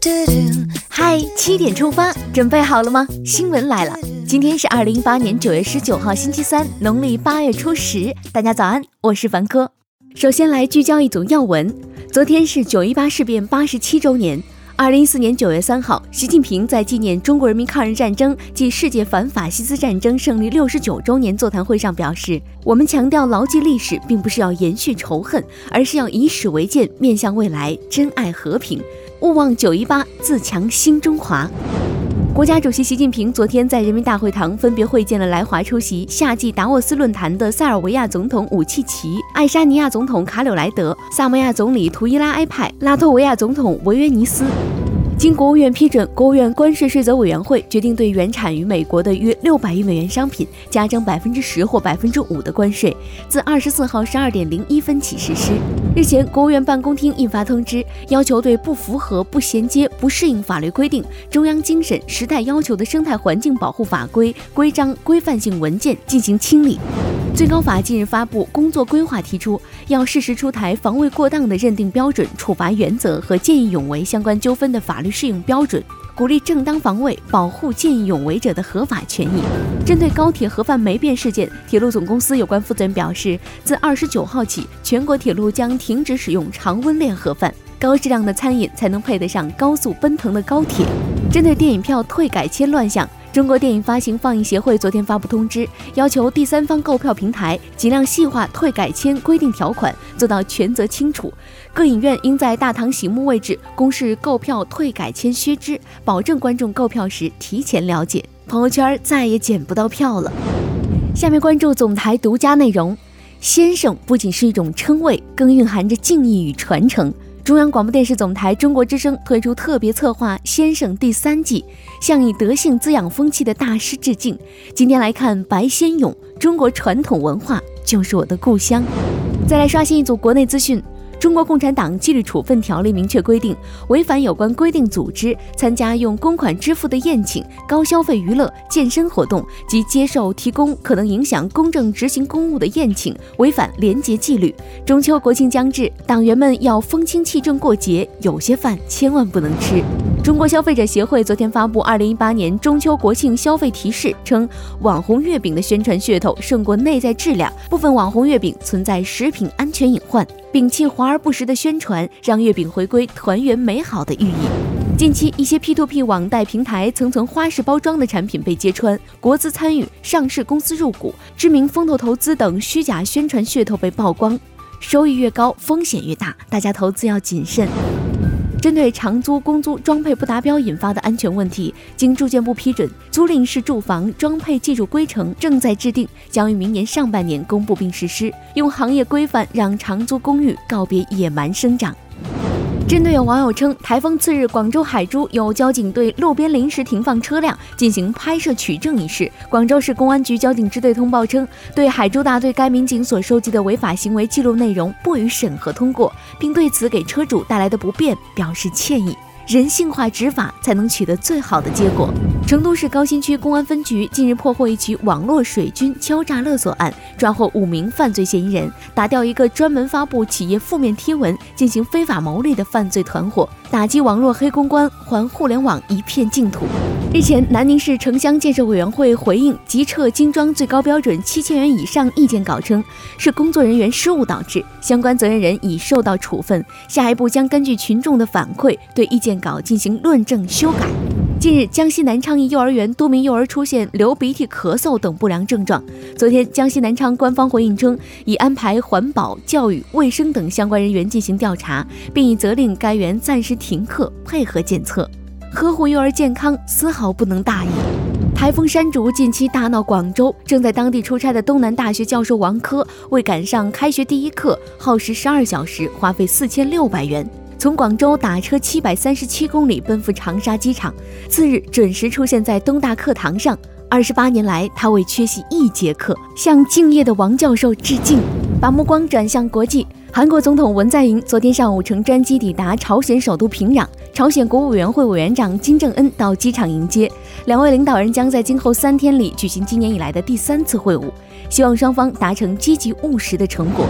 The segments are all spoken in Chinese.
嗨，7点出发，准备好了吗？新闻来了，今天是2018年9月19号星期三，农历8月初10。大家早安，我是凡科。首先来聚焦一组要闻。昨天是918事变87周年。2014年9月3号，习近平在纪念中国人民抗日战争暨世界反法西斯战争胜利69周年座谈会上表示，我们强调牢记历史，并不是要延续仇恨，而是要以史为鉴，面向未来，珍爱和平，勿忘918，自强新中华。国家主席习近平昨天在人民大会堂分别会见了来华出席夏季达沃斯论坛的塞尔维亚总统武契奇、爱沙尼亚总统卡柳莱德、萨摩亚总理图伊拉埃派、拉脱维亚总统维约尼斯。经国务院批准，国务院关税税则委员会决定对原产于美国的约600亿美元商品加征10%或5%的关税，自24号12点01分起实施。日前，国务院办公厅印发通知，要求对不符合、不衔接、不适应法律规定、中央精神、时代要求的生态环境保护法规、规章、规范性文件进行清理。最高法近日发布工作规划，提出要适时出台防卫过当的认定标准、处罚原则和见义勇为相关纠纷的法律适用标准，鼓励正当防卫，保护见义勇为者的合法权益。针对高铁盒饭霉变事件，铁路总公司有关负责人表示，自29号起，全国铁路将停止使用常温链盒饭，高质量的餐饮才能配得上高速奔腾的高铁。针对电影票退改签乱象，中国电影发行放映协会昨天发布通知，要求第三方购票平台尽量细化退改签规定条款，做到权责清楚。各影院应在大堂醒目位置公示购票退改签须知，保证观众购票时提前了解。朋友圈再也捡不到票了。下面关注总台独家内容。先生不仅是一种称谓，更蕴含着敬意与传承。中央广播电视总台中国之声推出特别策划《先生》第3季，向以德性滋养风气的大师致敬。今天来看白先勇，中国传统文化就是我的故乡。再来刷新一组国内资讯。中国共产党纪律处分条例明确规定，违反有关规定组织参加用公款支付的宴请、高消费娱乐、健身活动及接受提供可能影响公正执行公务的宴请，违反廉洁纪律。中秋国庆将至，党员们要风清气正过节，有些饭千万不能吃。中国消费者协会昨天发布2018年中秋国庆消费提示，称网红月饼的宣传噱头胜过内在质量，部分网红月饼存在食品安全隐患，摒弃华而不实的宣传，让月饼回归团圆美好的寓意。近期，一些 P2P 网贷平台层层花式包装的产品被揭穿，国资参与、上市公司入股、知名风投投资等虚假宣传噱头被曝光，收益越高，风险越大，大家投资要谨慎。针对长租、公租装配不达标引发的安全问题，经住建部批准，租赁式住房装配技术规程正在制定，将于明年上半年公布并实施，用行业规范让长租公寓告别野蛮生长。针对有网友称台风次日广州海珠有交警对路边临时停放车辆进行拍摄取证一事，广州市公安局交警支队通报称，对海珠大队该民警所收集的违法行为记录内容不予审核通过，并对此给车主带来的不便表示歉意。人性化执法才能取得最好的结果。成都市高新区公安分局近日破获一起网络水军敲诈勒索案，抓获5名犯罪嫌疑人，打掉一个专门发布企业负面贴文进行非法牟利的犯罪团伙，打击网络黑公关，还互联网一片净土。日前，南宁市城乡建设委员会回应急撤精装最高标准7000元以上意见稿称，是工作人员失误导致，相关责任人已受到处分，下一步将根据群众的反馈对意见稿进行论证修改。近日，江西南昌一幼儿园多名幼儿出现流鼻涕、咳嗽等不良症状。昨天，江西南昌官方回应称，已安排环保、教育、卫生等相关人员进行调查，并已责令该园暂时停课，配合检测。呵护幼儿健康丝毫不能大意。台风山竹近期大闹广州，正在当地出差的东南大学教授王科为赶上开学第一课，耗时12小时，花费4600元。从广州打车737公里奔赴长沙机场，次日准时出现在东大课堂上。28年来，他未缺席一节课，向敬业的王教授致敬。把目光转向国际，韩国总统文在寅昨天上午乘专机抵达朝鲜首都平壤，朝鲜国务委员会委员长金正恩到机场迎接。两位领导人将在今后3天里举行今年以来的第3次会晤，希望双方达成积极务实的成果。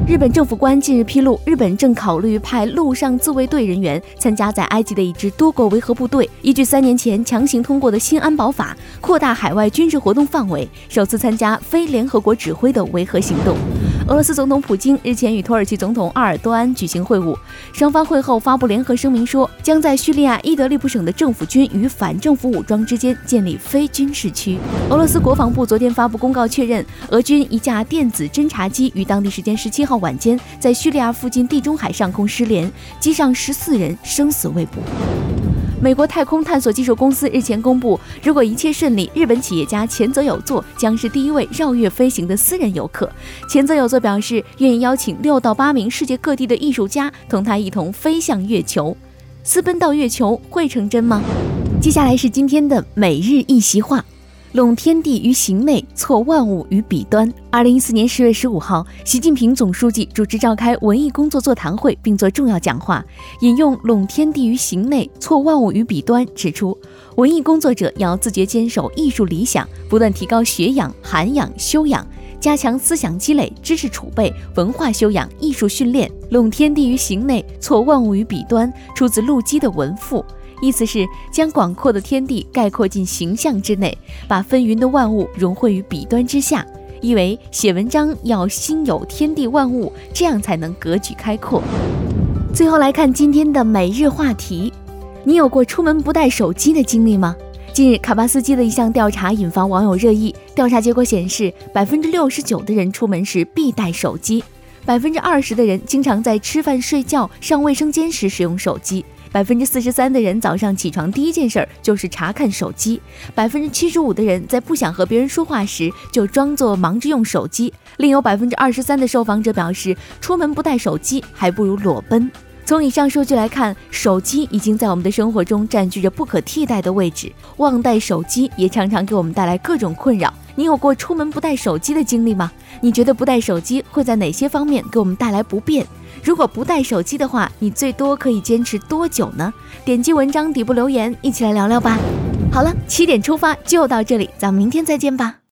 日本政府官近日披露，日本正考虑派陆上自卫队人员参加在埃及的一支多国维和部队，依据3年前强行通过的新安保法，扩大海外军事活动范围，首次参加非联合国指挥的维和行动。俄罗斯总统普京日前与土耳其总统阿尔多安举行会晤，双方会后发布联合声明说，将在叙利亚伊德利卜省的政府军与反政府武装之间建立非军事区。俄罗斯国防部昨天发布公告确认，俄军一架电子侦察机于当地时间17号晚间在叙利亚附近地中海上空失联，机上14人生死未卜。美国太空探索技术公司日前公布，如果一切顺利，日本企业家前泽友作将是第一位绕月飞行的私人游客。前泽友作表示，愿意邀请6到8名世界各地的艺术家同他一同飞向月球。私奔到月球会成真吗？接下来是今天的每日一席话。拢天地于形内，错万物于彼端。2014年10月15号，习近平总书记主持召开文艺工作座谈会，并作重要讲话，引用拢天地于形内，错万物于彼端，指出文艺工作者要自觉坚守艺术理想，不断提高学养、涵养、修养，加强思想积累、知识储备、文化修养、艺术训练。拢天地于形内，错万物于彼端，出自陆机的文赋。意思是将广阔的天地概括进形象之内，把纷纭的万物融汇于彼端之下，意为写文章要心有天地万物，这样才能格局开阔。最后来看今天的每日话题，你有过出门不带手机的经历吗？近日卡巴斯基的一项调查引发网友热议，调查结果显示 69% 的人出门时必带手机， 20% 的人经常在吃饭、睡觉、上卫生间时使用手机，43% 的人早上起床第一件事就是查看手机，75% 的人在不想和别人说话时就装作忙着用手机，另有 23% 的受访者表示，出门不带手机还不如裸奔。从以上数据来看，手机已经在我们的生活中占据着不可替代的位置，忘带手机也常常给我们带来各种困扰。你有过出门不带手机的经历吗？你觉得不带手机会在哪些方面给我们带来不便？如果不带手机的话，你最多可以坚持多久呢？点击文章底部留言，一起来聊聊吧。好了，7点出发就到这里，咱们明天再见吧。